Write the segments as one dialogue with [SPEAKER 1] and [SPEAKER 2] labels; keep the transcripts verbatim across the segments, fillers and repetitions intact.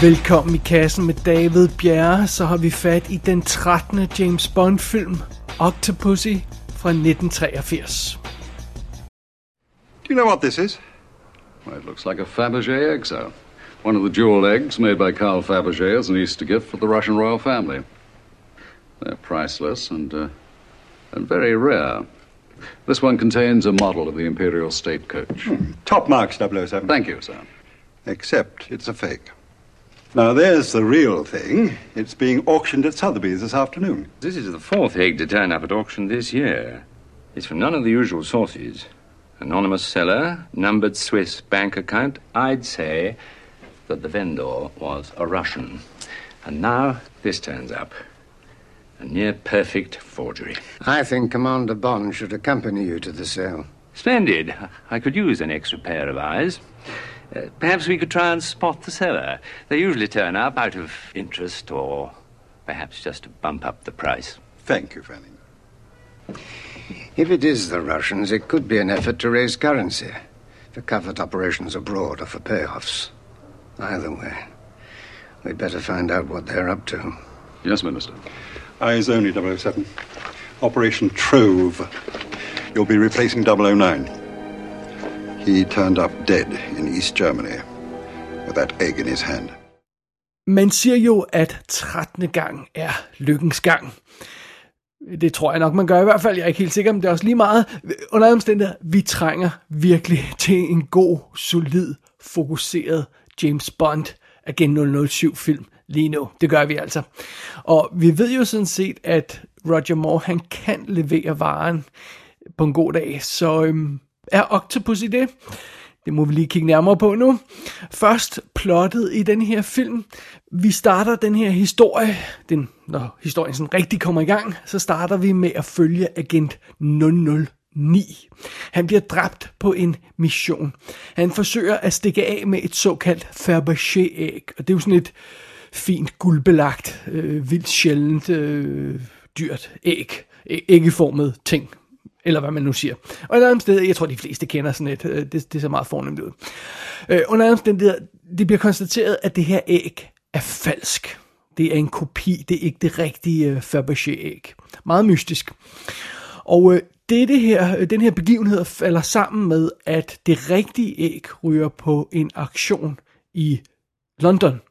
[SPEAKER 1] Velkommen i kassen med David Bjerre. Så har vi fat i den trettende James Bond-film, Octopussy fra nitten treogfirs.
[SPEAKER 2] Do you know what this is?
[SPEAKER 3] Well, it looks like a Fabergé egg, sir. One of the jewel eggs made by Carl Fabergé as an Easter gift for the Russian royal family. They're priceless and, uh, and very rare. This one contains a model of the Imperial State Coach.
[SPEAKER 2] Hmm. Top marks, double oh seven.
[SPEAKER 3] Thank you, sir.
[SPEAKER 2] Except it's a fake. Now, there's the real thing. It's being auctioned at Sotheby's this afternoon.
[SPEAKER 4] This is the fourth egg to turn up at auction this year. It's from none of the usual sources. Anonymous seller, numbered Swiss bank account. I'd say that the vendor was a Russian. And now this turns up. A near-perfect forgery.
[SPEAKER 5] I think Commander Bond should accompany you to the sale.
[SPEAKER 4] Splendid. I could use an extra pair of eyes. Uh, perhaps we could try and spot the seller. They usually turn up out of interest or perhaps just to bump up the price.
[SPEAKER 2] Thank you, Fanning.
[SPEAKER 5] If it is the Russians, it could be an effort to raise currency for covert operations abroad or for payoffs. Either way, we'd better find out what they're up to.
[SPEAKER 3] Yes, Minister.
[SPEAKER 2] Eyes only, double oh seven. Operation Trove. You'll be replacing double oh nine. He turned up dead in East Germany with that egg in his hand.
[SPEAKER 1] Man siger jo, at trettende gang er lykkens gang. Det tror jeg nok, man gør i hvert fald. Jeg er ikke helt sikker, men det er også lige meget. Under omstændigheder, vi trænger virkelig til en god, solid, fokuseret James Bond Agent nul nul syv film lige nu. Det gør vi altså. Og vi ved jo sådan set, at Roger Moore, han kan levere varen på en god dag. Så øhm, er Octopussy det? Det må vi lige kigge nærmere på nu. Først plottet i den her film. Vi starter den her historie, den, når historien sådan rigtig kommer i gang, så starter vi med at følge agent nul nul ni. Han bliver dræbt på en mission. Han forsøger at stikke af med et såkaldt Fabergé-æg, og det er jo sådan et fint guldbelagt, øh, vildt sjældent, øh, dyrt æg. Æggeformet ting. Eller hvad man nu siger. Og under omstændigheder, jeg tror de fleste kender sådan et, det, det ser meget fornemt ud. Øh, under omstændigheder, det bliver konstateret, at det her æg er falsk. Det er en kopi, det er ikke det rigtige uh, Fabergé-æg. Meget mystisk. Og øh, det, det her, den her begivenhed falder sammen med, at det rigtige æg ryger på en aktion i London.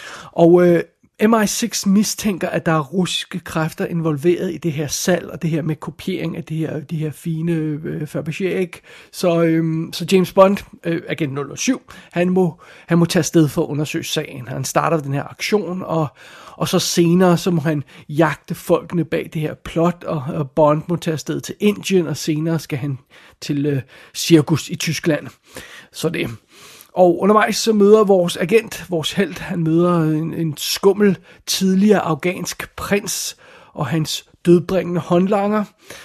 [SPEAKER 1] Og øh, M I seks mistænker, at der er russiske kræfter involveret i det her salg, og det her med kopiering af det her, de her fine øh, Fabergé-æg. Så, øhm, så James Bond, øh, agent nul nul syv, han må, han må tage afsted for at undersøge sagen. Han starter den her aktion, og, og så senere så må han jagte folkene bag det her plot, og, og Bond må tage afsted til Indien, og senere skal han til øh, cirkus i Tyskland. Så det. Og undervejs så møder vores agent, vores helt, han møder en, en skummel tidligere afghansk prins og hans dødbringende håndlanger.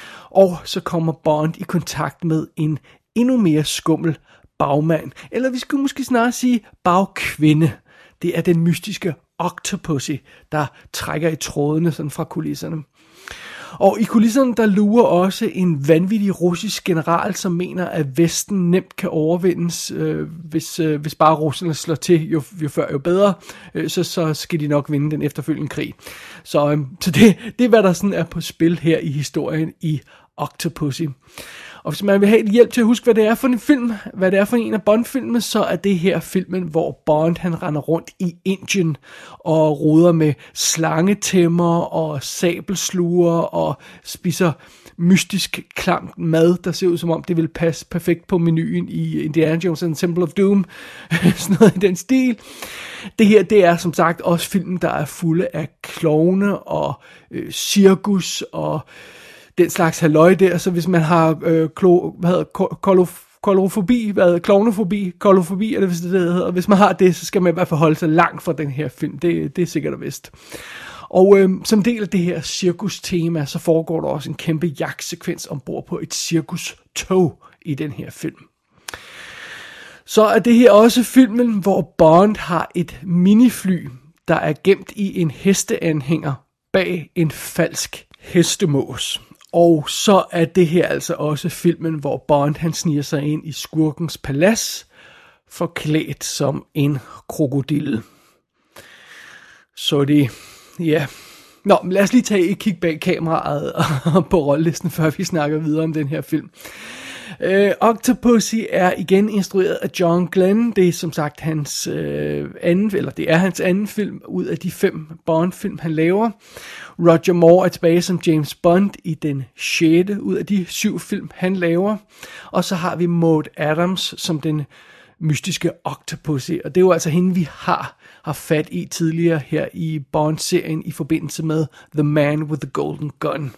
[SPEAKER 1] Og så kommer Bond i kontakt med en endnu mere skummel bagmand. Eller vi skulle måske snart sige bagkvinde. Det er den mystiske Octopussy, der trækker i trådene sådan fra kulisserne. Og i kulisserne, der lurer også en vanvittig russisk general, som mener, at Vesten nemt kan overvindes, øh, hvis, øh, hvis bare russerne slår til, jo, jo før jo bedre, øh, så, så skal de nok vinde den efterfølgende krig. Så, øh, så det, det er, hvad der sådan er på spil her i historien i Octopussy. Og hvis man vil have hjælp til at huske, hvad det er for en film, hvad det er for en af Bond-filmene, så er det her filmen, hvor Bond han render rundt i Indien og roder med slangetæmmer og sabelsluger og spiser mystisk klamt mad, der ser ud som om det vil passe perfekt på menuen i Indiana Jones and the Temple of Doom. Sådan noget i den stil. Det her, det er som sagt også filmen, der er fulde af klovne og øh, cirkus og den slags halløj der, så hvis man har øh, klo, hvad hedder, kolof, kolofobi, hvad klovnefobi, kolofobi er det, hvis det hedder, hvis man har det, så skal man i hvert fald holde sig langt fra den her film, det, det er sikkert og vist. Og øh, som del af det her cirkustema, så foregår der også en kæmpe jagtsekvens ombord på et cirkustog i den her film. Så er det her også filmen, hvor Bond har et minifly, der er gemt i en hesteanhænger bag en falsk hestemås. Og så er det her altså også filmen, hvor Bond han sniger sig ind i skurkens palads, forklædt som en krokodille. Så det, ja. Nå, men lad os lige tage et kig bag kameraet på rollelisten, før vi snakker videre om den her film. Uh, Octopussy er igen instrueret af John Glenn. Det er som sagt hans uh, anden, eller det er hans anden film ud af de fem Bond-film, han laver. Roger Moore er tilbage som James Bond i den sjette ud af de syv film, han laver. Og så har vi Maud Adams som den mystiske Octopussy, og det er jo altså hende, vi har har fat i tidligere her i Bond-serien i forbindelse med The Man with the Golden Gun.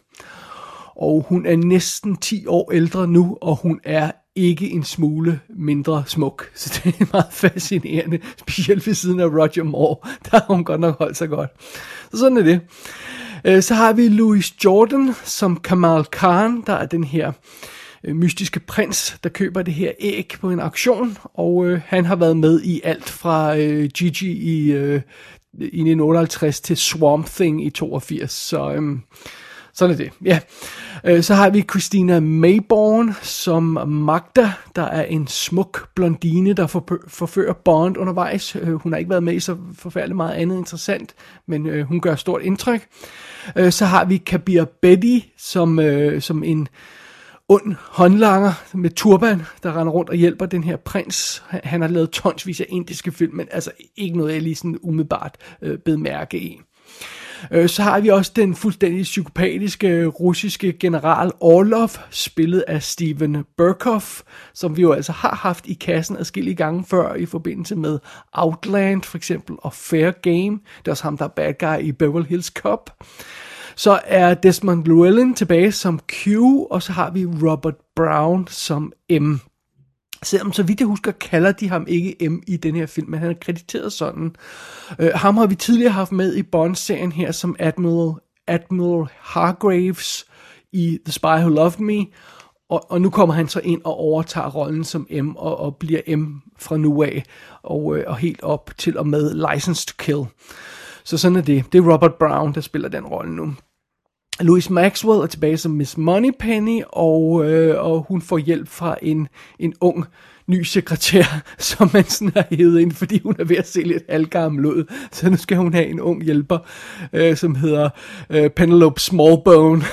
[SPEAKER 1] Og hun er næsten ti år ældre nu, og hun er ikke en smule mindre smuk. Så det er meget fascinerende, specielt ved siden af Roger Moore. Der har hun godt nok holdt sig godt. Så sådan er det. Så har vi Louis Jordan som Kamal Khan, der er den her mystiske prins, der køber det her æg på en auktion, og øh, han har været med i alt fra øh, Gigi i, øh, i nitten otteoghalvtreds til Swamp Thing i toogfirs, så øh, sådan er det. Ja. Øh, så har vi Christina Mayborn som Magda, der er en smuk blondine, der forfører, forfører Bond undervejs. Øh, hun har ikke været med i så forfærdeligt meget andet interessant, men øh, hun gør stort indtryk. Øh, så har vi Kabir Bedi som, øh, som en ond håndlanger med turban, der render rundt og hjælper den her prins. Han har lavet tonsvis af indiske film, men altså ikke noget, jeg lige sådan umiddelbart øh, bed mærke i. Øh, så har vi også den fuldstændig psykopatiske russiske general Orlov, spillet af Steven Berkoff, som vi jo altså har haft i kassen adskillige gange før i forbindelse med Outland for eksempel, og Fair Game. Det er også ham, der er bad guy i Beverly Hills Cop. Så er Desmond Llewellyn tilbage som Q, og så har vi Robert Brown som M. Selvom så vidt jeg husker, kalder de ham ikke M i den her film, men han er krediteret sådan. Uh, ham har vi tidligere haft med i Bond-serien her som Admiral, Admiral Hargraves i The Spy Who Loved Me, og, og nu kommer han så ind og overtager rollen som M, og, og bliver M fra nu af, og, uh, og helt op til og med License to Kill. Så sådan er det. Det er Robert Brown, der spiller den rolle nu. Louis Maxwell er tilbage som Miss Moneypenny, og, øh, og hun får hjælp fra en, en ung ny sekretær, som man sådan har hævet ind, fordi hun er ved at se lidt halvgammel ud. Så nu skal hun have en ung hjælper, øh, som hedder øh, Penelope Smallbone.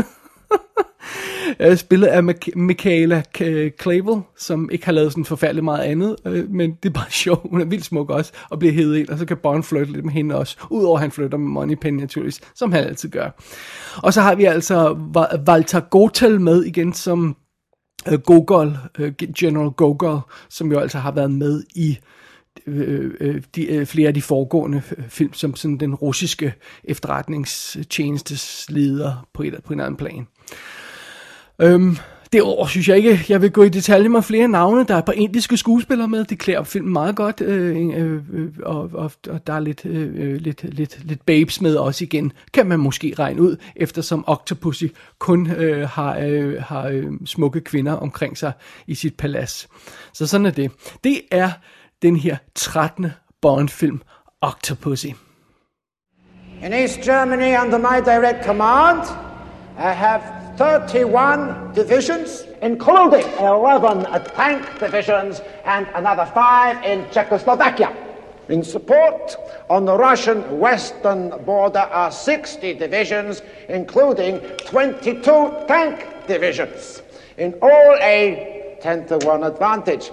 [SPEAKER 1] Spillet af Michaela Clavel, som ikke har lavet sådan forfærdeligt meget andet, øh, men det er bare sjovt. Hun er vildt smuk også, og bliver hævet ind, og så kan Bond flytte lidt med hende også, udover at han flytter med Moneypenny naturligvis, som han altid gør. Og så har vi altså Walter Gotell med igen som øh, Gogol, øh, General Gogol, som jo altså har været med i øh, øh, de, øh, flere af de foregående film, som sådan den russiske efterretningstjenestes leder på et, på en anden plan. Øhm, derover synes jeg ikke, jeg vil gå i detalje med flere navne. Der er et par indiske skuespillere med, det klæder filmen meget godt, øh, øh, øh, og, og, og der er lidt, øh, lidt, lidt, lidt babes med også igen, kan man måske regne ud, eftersom Octopussy kun øh, har, øh, har øh, smukke kvinder omkring sig i sit palads. Så sådan er det. Det er den her trettende Bond-film, Octopussy.
[SPEAKER 6] In East Germany, under my direct command, I have thirty-one divisions, including eleven tank divisions and another five in Czechoslovakia. In support on the Russian western border are sixty divisions, including twenty-two tank divisions. In all a ten to one advantage.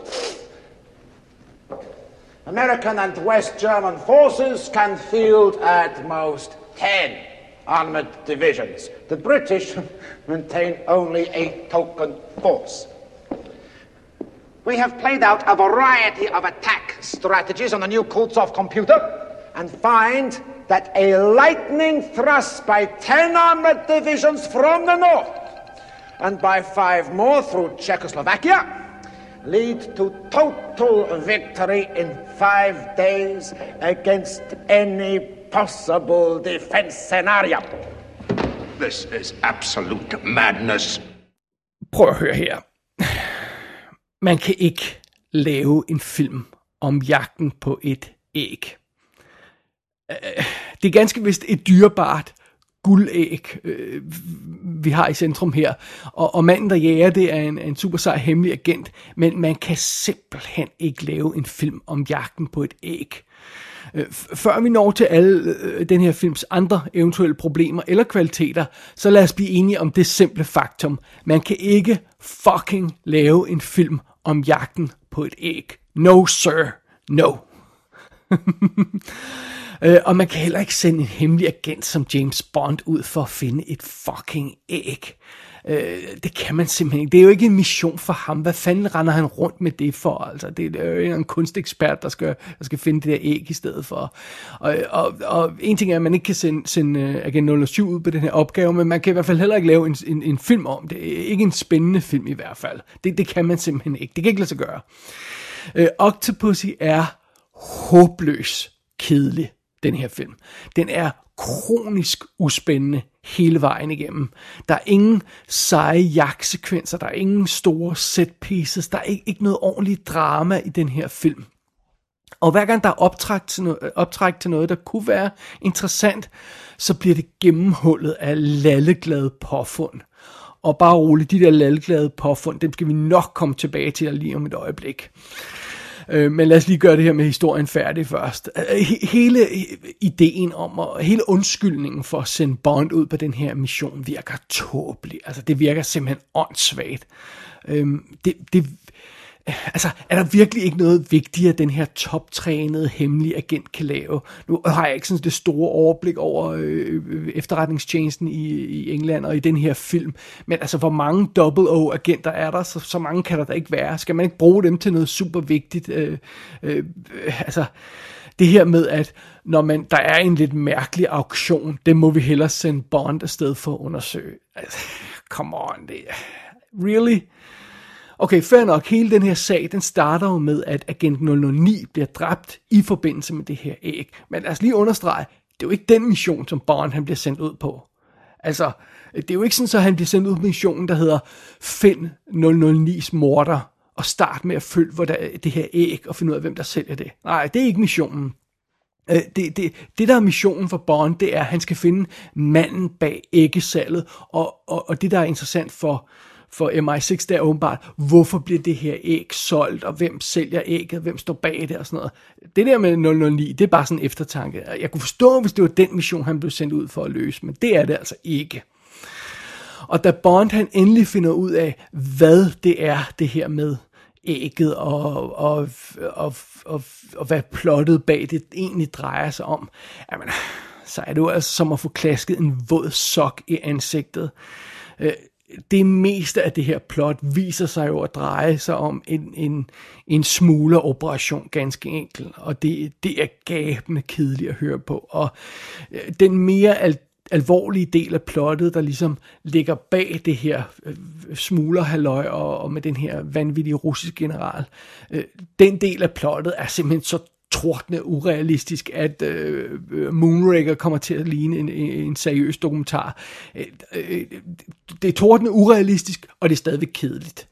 [SPEAKER 6] American and West German forces can field at most ten armored divisions. The British maintain only a token force. We have played out a variety of attack strategies on the new Kultsov computer and find that a lightning thrust by ten armored divisions from the north and by five more through Czechoslovakia lead to total victory in five days against any possible defense scenario.
[SPEAKER 7] This is absolute madness.
[SPEAKER 1] Prøv at høre her. Man kan ikke lave en film om jagten på et æg. Det er ganske vist et dyrebart guldæg, vi har i centrum her. Og, og manden, der jager, det er en, en super sej hemmelig agent. Men man kan simpelthen ikke lave en film om jagten på et æg. Øh, før vi når til alle øh, den her films andre eventuelle problemer eller kvaliteter, så lad os blive enige om det simple faktum. Man kan ikke fucking lave en film om jagten på et æg. No sir, no. øh, og man kan heller ikke sende en hemmelig agent som James Bond ud for at finde et fucking æg. Øh, det kan man simpelthen ikke. Det er jo ikke en mission for ham. Hvad fanden render han rundt med det for? Altså, det er jo en kunstekspert, der skal, der skal finde det der æg i stedet for. Og, og, og en ting er, at man ikke kan sende, sende Agent nul nul syv ud på den her opgave, men man kan i hvert fald heller ikke lave en, en, en film om det. Ikke en spændende film i hvert fald. Det, det kan man simpelthen ikke. Det kan ikke lade sig gøre. Øh, Octopussy er håbløs kedelig, den her film. Den er kronisk uspændende hele vejen igennem. Der er ingen seje jagtsekvenser, der er ingen store set pieces, der er ikke, ikke noget ordentligt drama i den her film. Og hver gang der er optræk til, noget, optræk til noget, der kunne være interessant, så bliver det gennemhullet af lalleglade påfund. Og bare roligt, de der lalleglade påfund, dem skal vi nok komme tilbage til lige om et øjeblik. Men lad os lige gøre det her med historien færdig først. Hele ideen om, og hele undskyldningen for at sende Bond ud på den her mission virker tåbelig. Altså, det virker simpelthen åndssvagt. Det, det, altså, er der virkelig ikke noget vigtigere, den her toptrænede hemmelige agent kan lave? Nu har jeg ikke sådan det store overblik over øh, efterretningstjenesten i, i England og i den her film, men altså, hvor mange double O-agenter er der? Så, så mange kan der da ikke være. Skal man ikke bruge dem til noget super vigtigt? Øh, øh, altså, det her med, at når man, der er en lidt mærkelig auktion, det må vi hellere sende Bond afsted for at undersøge. Altså, come on, det really? Okay, fair nok. Hele den her sag, den starter jo med, at Agent nul nul ni bliver dræbt i forbindelse med det her æg. Men lad os lige understrege, det er jo ikke den mission, som Bond han bliver sendt ud på. Altså, det er jo ikke sådan, at han bliver sendt ud på missionen, der hedder Find nul nul ni's morder, og start med at følge hvor der, det her æg, og finde ud af, hvem der sælger det. Nej, det er ikke missionen. Det, det, det der er missionen for Bond, det er, at han skal finde manden bag æggesalget, og, og, og det der er interessant for for M I seks, der er åbenbart, hvorfor bliver det her æg solgt, og hvem sælger ægget, hvem står bag det og sådan noget. Det der med nul nul ni, det er bare sådan en eftertanke. Jeg kunne forstå, hvis det var den mission, han blev sendt ud for at løse, men det er det altså ikke. Og da Bond han endelig finder ud af, hvad det er, det her med ægget, og, og, og, og, og hvad plottet bag det egentlig drejer sig om, jamen, så er det jo altså som at få klasket en våd sok i ansigtet. Det meste af det her plot viser sig jo at dreje sig om en, en, en smugleroperation, ganske enkelt. Og det, det er gabende kedeligt at høre på. Og den mere al, alvorlige del af plottet, der ligesom ligger bag det her øh, smuglerhalløj og, og med den her vanvittige russiske general, øh, den del af plottet er simpelthen så tordne urealistisk, at øh, Moonraker kommer til at ligne en, en seriøs dokumentar. Øh, øh, det er tordne urealistisk, og det er stadigvæk kedeligt.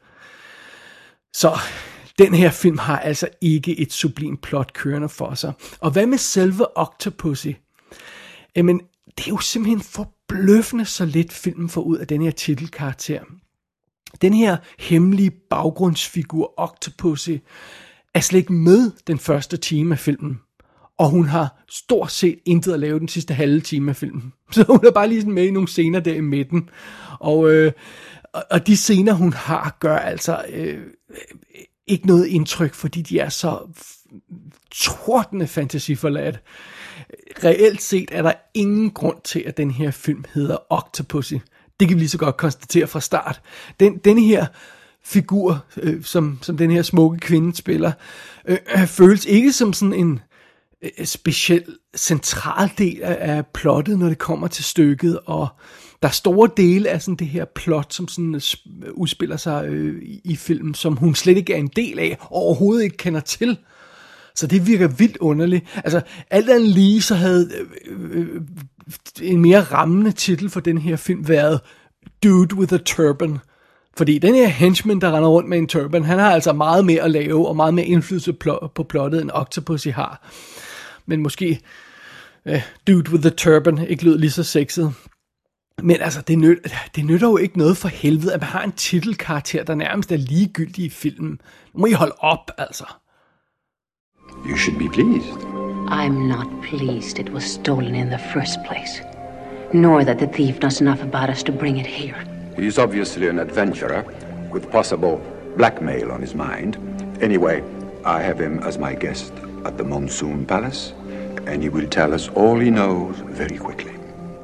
[SPEAKER 1] Så den her film har altså ikke et sublimt plot kørende for sig. Og hvad med selve Octopussy? Jamen, det er jo simpelthen forbløffende så lidt filmen får ud af den her titelkarakter. Den her hemmelige baggrundsfigur Octopussy er slet ikke med den første time af filmen. Og hun har stort set intet at lave den sidste halve time af filmen. Så hun er bare lige sådan med i nogle scener der i midten. Og, øh, og de scener, hun har, gør altså øh, ikke noget indtryk, fordi de er så tordende fantasiforladt. Reelt set er der ingen grund til, at den her film hedder Octopussy. Det kan vi lige så godt konstatere fra start. Den, denne her figur, øh, som, som den her smukke kvinde spiller, øh, øh, føles ikke som sådan en øh, speciel central del af, af plottet, når det kommer til stykket, og der er store dele af sådan det her plot, som sådan uh, udspiller sig øh, i, i filmen, som hun slet ikke er en del af, og overhovedet ikke kender til. Så det virker vildt underligt. Altså, alt andet lige, så havde øh, øh, en mere rammende titel for den her film været Dude with a Turban. Fordi den her henchman, der render rundt med en turban, han har altså meget mere at lave, og meget mere indflydelse på plottet, end Octopussy har. Men måske uh, Dude with a Turban ikke lød lige så sexet. Men altså, det, nød, det nytter jo ikke noget for helvede, at man har en titelkarakter, der nærmest er ligegyldig i filmen. Nu må I holde op, altså.
[SPEAKER 7] You should be pleased.
[SPEAKER 8] I'm not pleased it was stolen in the first place, nor that the thief knows enough about us to bring it here.
[SPEAKER 9] He's obviously an adventurer with possible blackmail on his mind. Anyway, I have him as my guest at the Monsoon Palace, and he will tell us all he knows very quickly.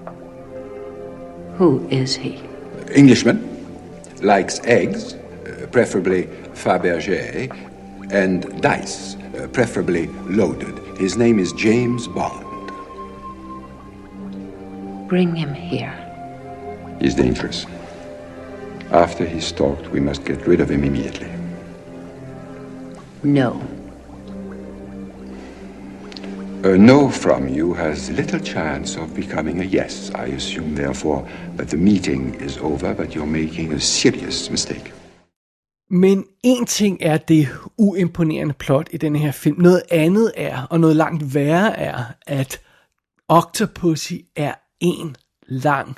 [SPEAKER 8] Who is he?
[SPEAKER 9] Englishman, likes eggs, uh, preferably Fabergé, and dice, uh, preferably loaded. His name is James Bond.
[SPEAKER 8] Bring him here.
[SPEAKER 9] He's dangerous. After he's talked, we must get rid of him immediately.
[SPEAKER 8] No.
[SPEAKER 9] A no from you has little chance of becoming a yes. I assume, therefore, that the meeting is over, but you're making a serious mistake.
[SPEAKER 1] Men en ting er det uimponerende plot i denne her film. Noget andet er, og noget langt værre er, at Octopussy er en lang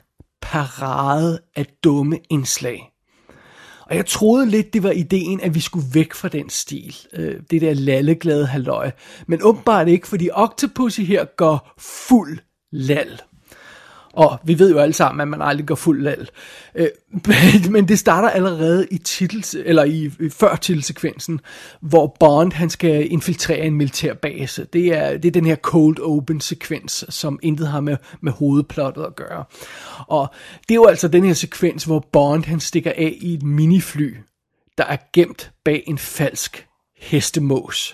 [SPEAKER 1] parade af dumme indslag. Og jeg troede lidt, det var ideen, at vi skulle væk fra den stil. Øh, det der lalleglade halløj. Men åbenbart ikke, fordi Octopussy her går fuld lal. Og vi ved jo alle sammen, at man aldrig går fuld lal. Øh, men det starter allerede i titels, eller i, i før titelsekvensen, hvor Bond han skal infiltrere en militærbase. Det er, det er den her cold open sekvens, som intet har med, med hovedplottet at gøre. Og det er jo altså den her sekvens, hvor Bond han stikker af i et minifly, der er gemt bag en falsk hestemås.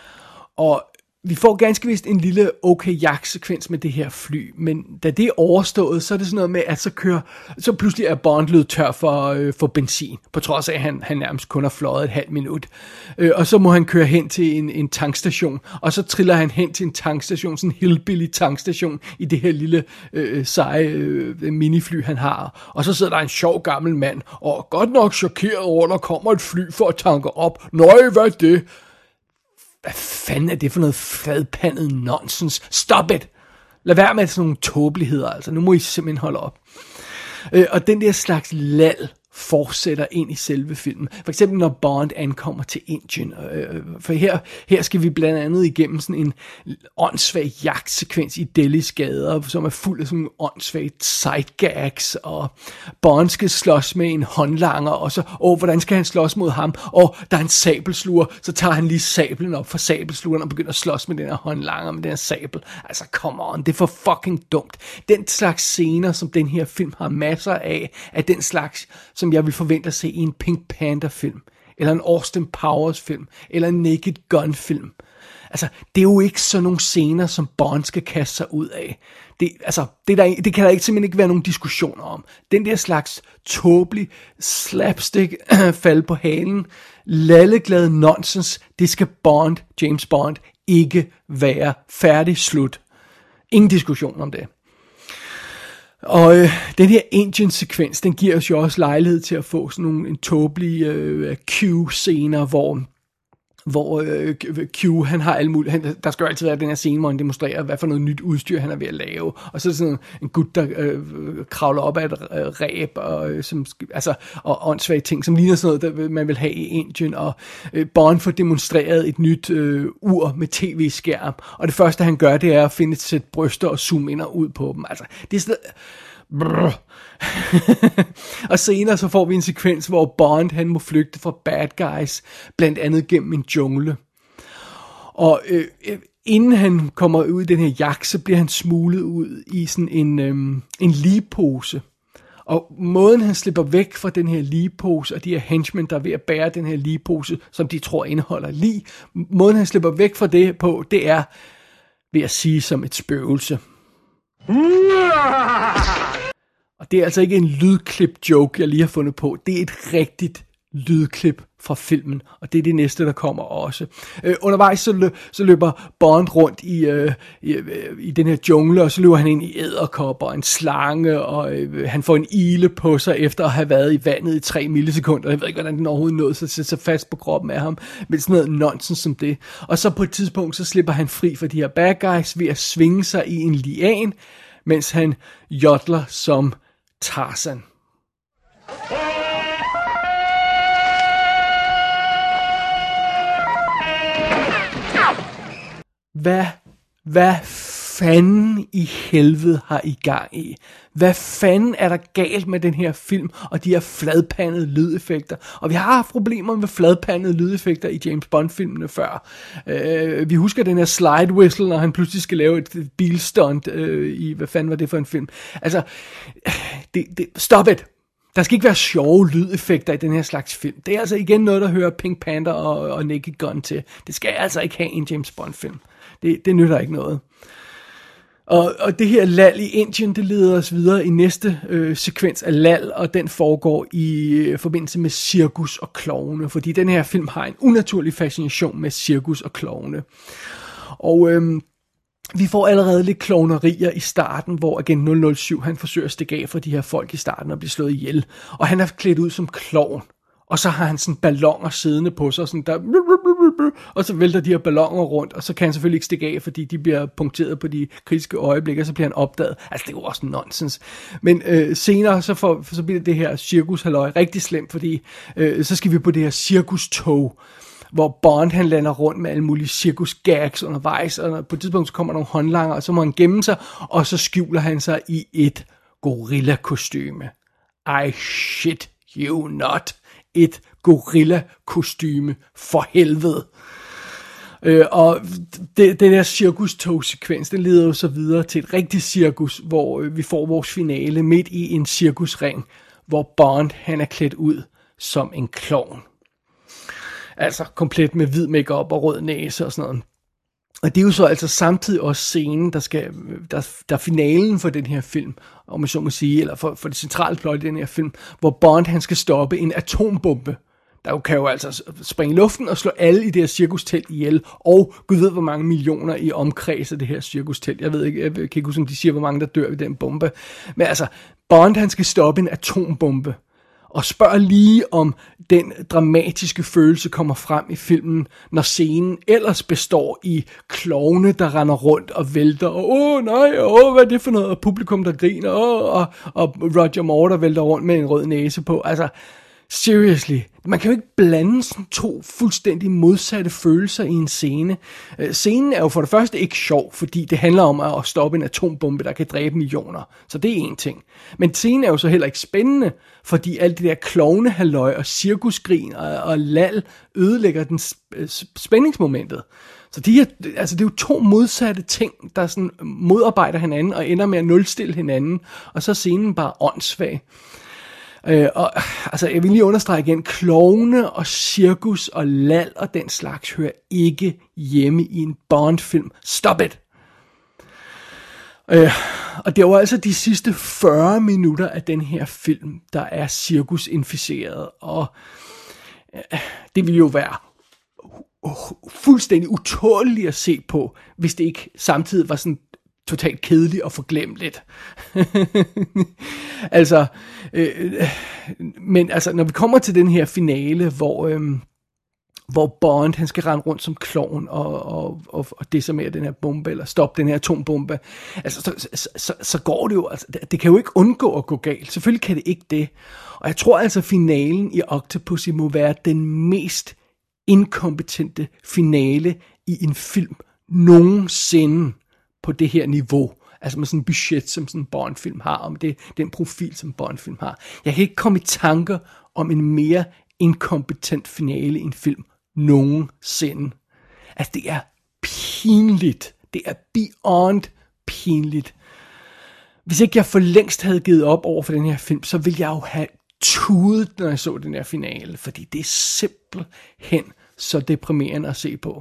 [SPEAKER 1] Og vi får ganske vist en lille okay jagtsekvens med det her fly, men da det er overstået, så er det sådan noget med, at så kører, så pludselig er Bond løbet tør for, øh, for benzin, på trods af, at han, han nærmest kun har fløjet et halvt minut. Øh, og så må han køre hen til en, en tankstation, og så triller han hen til en tankstation, sådan en hillbilly tankstation, i det her lille øh, seje øh, minifly, han har. Og så sidder der en sjov gammel mand, og godt nok chokeret over, at der kommer et fly for at tanke op. Nøj, hvad er det? Hvad fanden er det for noget fladpandet nonsens? Stop it! Lad være med sådan nogle tåbeligheder, altså. Nu må I simpelthen holde op. Øh, og den der slags lal fortsætter ind i selve filmen. For eksempel når Bond ankommer til Indien. Øh, for her, her skal vi blandt andet igennem sådan en åndssvag jagtsekvens i Delhis gader, som er fuld af sådan nogle åndssvagt sidegags, og Bond skal slås med en håndlanger, og så, åh, hvordan skal han slås mod ham? Og der er en sabelsluger, så tager han lige sablen op fra sabelslugeren og begynder at slås med den her håndlanger, med den her sabel. Altså, come on, det er for fucking dumt. Den slags scener, som den her film har masser af, er den slags, som jeg vil forvente at se i en Pink Panther-film, eller en Austin Powers-film, eller en Naked Gun-film. Altså, det er jo ikke sådan nogle scener, som Bond skal kaste sig ud af. Det, altså, det, der, det kan der ikke, simpelthen ikke være nogen diskussioner om. Den der slags tåbelig slapstick fald på halen, lalleglad nonsens, det skal Bond, James Bond, ikke være færdig slut. Ingen diskussion om det. Og øh, den her Indian-sekvens, den giver os jo også lejlighed til at få sådan nogle en tåbelig øh, Q-scener, hvor, hvor øh, Q, han har alle mulige, han, der skal jo altid være den her scene, hvor han demonstrerer, hvad for noget nyt udstyr, han er ved at lave. Og så er det sådan en gut, der øh, kravler op af et øh, ræb, og, øh, som, altså, og åndssvage ting, som ligner sådan noget, der man vil have i Indien. Og øh, Bond får demonstreret et nyt øh, ur med tv-skærm, og det første, han gør, det er at finde et sæt bryster og zoome ind og ud på dem. Altså, det er sådan og senere så får vi en sekvens, hvor Bond han må flygte fra bad guys, blandt andet gennem en jungle. Og øh, inden han kommer ud i den her jagt, så bliver han smuglet ud i sådan en, øh, en ligepose. Og måden han slipper væk fra den her ligepose, og de her henchmen, der er ved at bære den her ligepose, som de tror indeholder lig, måden han slipper væk fra det på, det er ved at sige som et spøgelse. Og det er altså ikke en lydklip-joke, jeg lige har fundet på. Det er et rigtigt lydklip fra filmen, og det er det næste, der kommer også. Øh, undervejs så, lø- så løber Bond rundt i, øh, i, øh, i den her jungle, og så løber han ind i edderkopper og en slange, og øh, han får en ile på sig, efter at have været i vandet i tre millisekunder. Jeg ved ikke, hvordan den overhovedet nåede sig så, så fast på kroppen af ham, men sådan noget nonsens som det. Og så på et tidspunkt, så slipper han fri for de her bad guys ved at svinge sig i en lian, mens han jodler som Tarzan. Hvad hvad fanden i helvede har I gang i? Hvad fanden er der galt med den her film og de her fladpandede lydeffekter? Og vi har haft problemer med fladpandede lydeffekter i James Bond-filmene før. Uh, vi husker den her slide whistle, når han pludselig skal lave et bilstunt uh, i, hvad fanden var det for en film? Altså, det, det, stop it! Der skal ikke være sjove lydeffekter i den her slags film. Det er altså igen noget, der hører Pink Panther og, og Naked Gun til. Det skal jeg altså ikke have i en James Bond-film. Det, det nytter ikke noget. Og, og det her lal i Indien, det leder os videre i næste øh, sekvens af lal, og den foregår i øh, forbindelse med cirkus og klovne, fordi den her film har en unaturlig fascination med cirkus og klovne. Og øh, vi får allerede lidt klovnerier i starten, hvor agent nul nul syv, han forsøger at stikke af for de her folk i starten og blive slået ihjel. Og han er klædt ud som klovn. Og så har han sådan balloner siddende på sig, sådan der, og så vælter de her balloner rundt, og så kan han selvfølgelig ikke stikke af, fordi de bliver punkteret på de kritiske øjeblikke, og så bliver han opdaget. Altså, det er jo også nonsens. Men øh, senere, så, får, så bliver det her cirkushalløj rigtig slemt, fordi øh, så skal vi på det her cirkustog, hvor Bond, han lander rundt med alle mulige cirkusgags undervejs, og på et tidspunkt, så kommer der nogle håndlanger, og så må han gemme sig, og så skjuler han sig i et gorilla-kostyme. I shit you not. Et gorilla-kostyme, for helvede. Øh, og det, det der cirkustog-sekvens, det leder jo så videre til et rigtigt cirkus, hvor øh, vi får vores finale midt i en cirkusring, hvor Bond, han er klædt ud som en klovn. Altså komplet med hvid makeup og rød næse og sådan noget. Og det er jo så altså samtidig også scenen, der skal, der, der er finalen for den her film, om man så må sige, eller for, for det centrale plot i den her film, hvor Bond, han skal stoppe en atombombe, der jo kan jo altså springe i luften og slå alle i det her cirkustelt ihjel, og Gud ved, hvor mange millioner i omkreds af det her cirkustelt. Jeg ved ikke, jeg kan ikke huske, om de siger, hvor mange der dør ved den bombe. Men altså, Bond, han skal stoppe en atombombe. Og spørg lige, om den dramatiske følelse kommer frem i filmen, når scenen ellers består i klovne, der render rundt og vælter, og åh nej, åh, hvad er det for noget, og publikum, der griner, åh, og, og Roger Moore, der vælter rundt med en rød næse på. Altså, seriously, man kan jo ikke blande sådan to fuldstændig modsatte følelser i en scene. Uh, scenen er jo for det første ikke sjov, fordi det handler om at stoppe en atombombe, der kan dræbe millioner. Så det er en ting. Men scenen er jo så heller ikke spændende, fordi alt det der klovnehalløj og cirkusgrin og, og lal ødelægger den sp- spændingsmomentet. Så de her, altså det er jo to modsatte ting, der sådan modarbejder hinanden og ender med at nulstille hinanden, og så er scenen bare åndssvag. Øh, og altså jeg vil lige understrege igen, klovne og cirkus og lal og den slags hører ikke hjemme i en Bond-film. Stop it! Øh, og det var altså de sidste fyrre minutter af den her film, der er cirkusinficeret, og øh, det ville jo være fuldstændig utåleligt at se på, hvis det ikke samtidig var sådan totalt kedeligt og forglemmeligt. altså, øh, men altså, når vi kommer til den her finale, hvor, øh, hvor Bond, han skal rende rundt som klovn og, og, og, og desarmere den her bombe, eller stoppe den her atombombe, altså, så, så, så, så går det jo, altså, det, det kan jo ikke undgå at gå galt. Selvfølgelig kan det ikke det. Og jeg tror altså, finalen i Octopussy må være den mest inkompetente finale i en film nogensinde på det her niveau. Altså med sådan en budget, som sådan en Bond-film har, om det den profil, som Bond-film har. Jeg kan ikke komme i tanker om en mere inkompetent finale i en film nogensinde. Altså det er pinligt. Det er beyond pinligt. Hvis ikke jeg for længst havde givet op over for den her film, så ville jeg jo have tudet, når jeg så den her finale, fordi det er simpelthen så deprimerende at se på.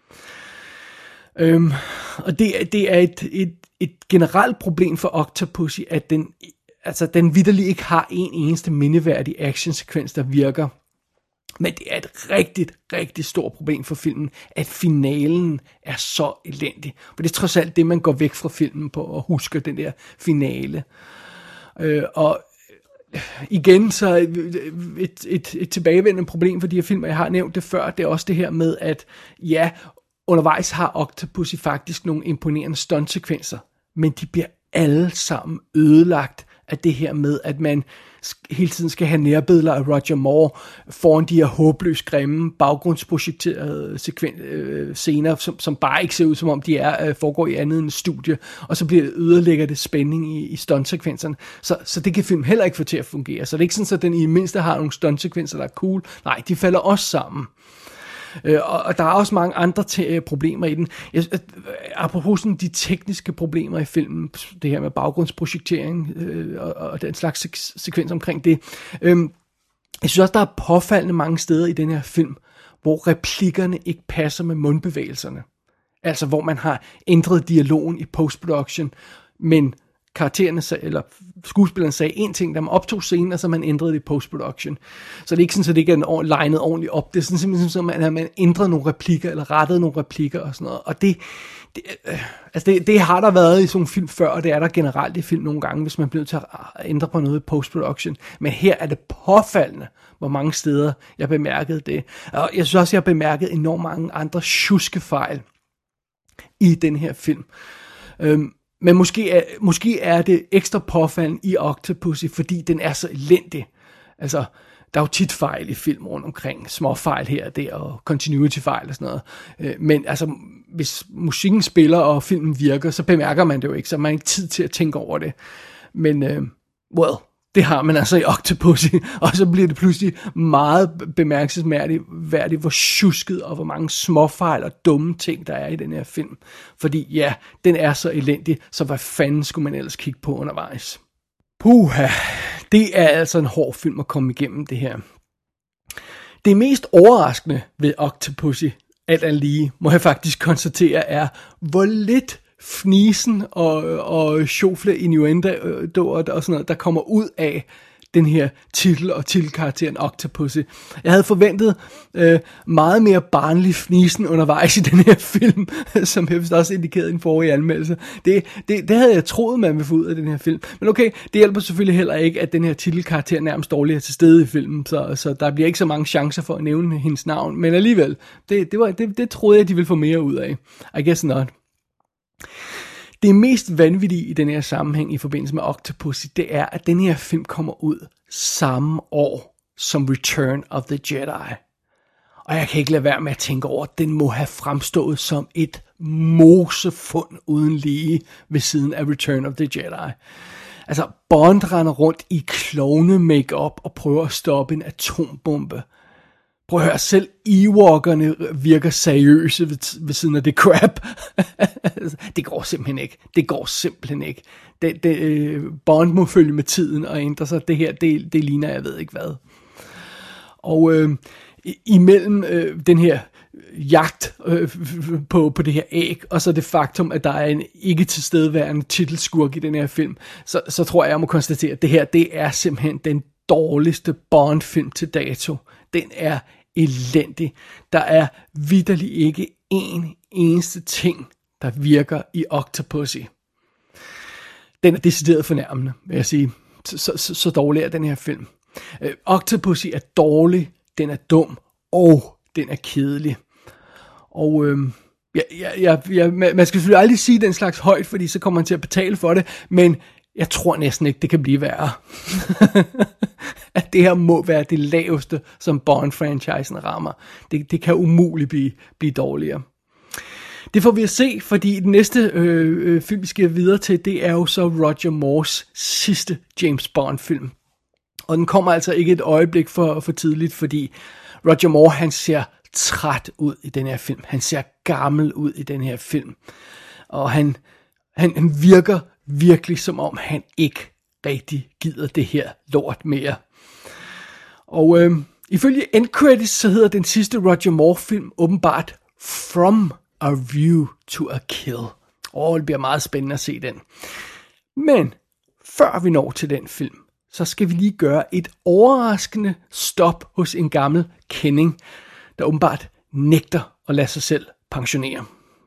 [SPEAKER 1] Øhm, og det, det er et, et, et generelt problem for Octopussy, at den, altså, den vitterligt ikke har en eneste mindeværdig actionsekvens, der virker. Men det er et rigtigt, rigtig stort problem for filmen, at finalen er så elendig. For det er trods alt det, man går væk fra filmen på og husker den der finale. Øh, og igen, så et, et, et tilbagevendende problem for de her film, jeg har nævnt det før, det er også det her med, at ja, undervejs har Octopussy faktisk nogle imponerende stuntsekvenser, men de bliver alle sammen ødelagt af det her med, at man hele tiden skal have nærbilleder af Roger Moore foran de her håbløst grimme baggrundsprojekterede sekven- øh, scener, som, som bare ikke ser ud som om de er øh, foregår i andet end et studie, og så bliver det yderligere det spænding i, i stuntsekvenserne. Så, så det kan film heller ikke få til at fungere. Så det er ikke sådan, at den i mindste har nogle stuntsekvenser, der er cool. Nej, de falder også sammen. Øh, og, og der er også mange andre te- problemer i den. Jeg, øh, apropos sådan de tekniske problemer i filmen, det her med baggrundsprojektering øh, og, og den slags sek- sekvens omkring det. Øh, jeg synes også, der er påfaldende mange steder i den her film, hvor replikkerne ikke passer med mundbevægelserne. Altså, hvor man har ændret dialogen i post-production, men karaktererne, eller skuespillerne sagde en ting, da man optog scenen, og så man ændrede det i post-production. Så det er ikke sådan, at det ikke er legnet ordentligt op. Det er sådan simpelthen sådan, at man, man ændrede nogle replikker, eller rettede nogle replikker og sådan noget. Og det, det, øh, altså det, det har der været i sådan nogle film før, og det er der generelt i film nogle gange, hvis man bliver til at ændre på noget i post-production. Men her er det påfaldende, hvor mange steder jeg bemærkede det. Og jeg synes også, jeg har bemærket enormt mange andre tjuskefejl i den her film. Øhm, Men måske er, måske er det ekstra påfaldende i Octopussy, fordi den er så elendig. Altså, der er jo tit fejl i film rundt omkring. Små fejl her og der, og continuity-fejl og sådan noget. Men altså, hvis musikken spiller, og filmen virker, så bemærker man det jo ikke, så man har ikke tid til at tænke over det. Men, uh, well, det har man altså i Octopussy, og så bliver det pludselig meget bemærkelsesværdigt, hvor tjusket og hvor mange småfejl og dumme ting, der er i den her film. Fordi ja, den er så elendig, så hvad fanden skulle man ellers kigge på undervejs? Puha, det er altså en hård film at komme igennem det her. Det mest overraskende ved Octopussy, alt andet lige, må jeg faktisk konstatere, er hvor lidt fnisen og, og sjofle innuendoer og sådan noget, der kommer ud af den her titel og titelkarakteren Octopussy. Jeg havde forventet øh, meget mere barnlig fnisen undervejs i den her film, som jeg vist også indikerede i den forrige anmeldelse. Det, det, det havde jeg troet, man ville få ud af den her film. Men okay, det hjælper selvfølgelig heller ikke, at den her titelkarakter nærmest dårligt er til stede i filmen, så, så der bliver ikke så mange chancer for at nævne hendes navn. Men alligevel, det, det, var, det, det troede jeg, de ville få mere ud af. I guess not. Det mest vanvittige i den her sammenhæng i forbindelse med Octopussy, det er, at den her film kommer ud samme år som Return of the Jedi. Og jeg kan ikke lade være med at tænke over, at den må have fremstået som et mosefund uden lige ved siden af Return of the Jedi. Altså, Bond render rundt i klovne make-up og prøver at stoppe en atombombe. Prøv at høre, selv Ewokerne virker seriøse ved, ved siden af det crap. Det går simpelthen ikke. Det går simpelthen ikke. Det, det, øh, Bond må følge med tiden og ændre sig. Det her, det, det ligner jeg ved ikke hvad. Og øh, imellem øh, den her jagt øh, på, på det her æg, og så det faktum, at der er en ikke tilstedeværende titelskurk i den her film, så, så tror jeg, jeg må konstatere, at det her, det er simpelthen den dårligste Bond-film til dato. Den er elendig. Der er vitterligt ikke en eneste ting, der virker i Octopussy. Den er decideret fornærmende, vil jeg sige. Så, så, så, så dårlig er den her film. Uh, Octopussy er dårlig, den er dum, og den er kedelig. Og uh, ja, ja, ja, man skal selvfølgelig aldrig sige den slags højt, fordi så kommer man til at betale for det, men jeg tror næsten ikke, det kan blive værre. At det her må være det laveste, som Bond-franchisen rammer. Det, det kan umuligt blive, blive dårligere. Det får vi at se, fordi den næste øh, øh, film, vi skal videre til, det er jo så Roger Moores sidste James Bond-film. Og den kommer altså ikke et øjeblik for, for tidligt, fordi Roger Moore, han ser træt ud i den her film. Han ser gammel ud i den her film. Og han, han, han virker virkelig som om, han ikke rigtig gider det her lort mere. Og øh, ifølge end credits, så hedder den sidste Roger Moore-film åbenbart From a View to a Kill. Og det bliver meget spændende at se den. Men før vi når til den film, så skal vi lige gøre et overraskende stop hos en gammel kending, der åbenbart nægter at lade sig selv pensionere.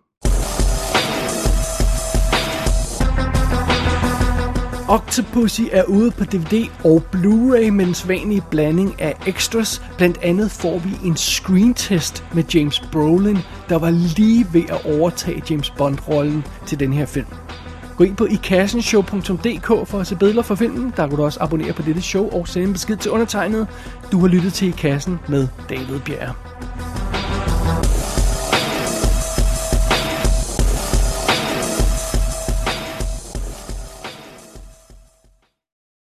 [SPEAKER 1] Octopussy er ude på D V D og Blu-ray med den sædvanlige blanding af extras. Blandt andet får vi en screentest med James Brolin, der var lige ved at overtage James Bond-rollen til den her film. Gå ind på ikassenshow punktum d k for at se billeder fra filmen. Der kan du også abonnere på dette show og sende en besked til undertegnet. Du har lyttet til I Kassen med David Bjerre.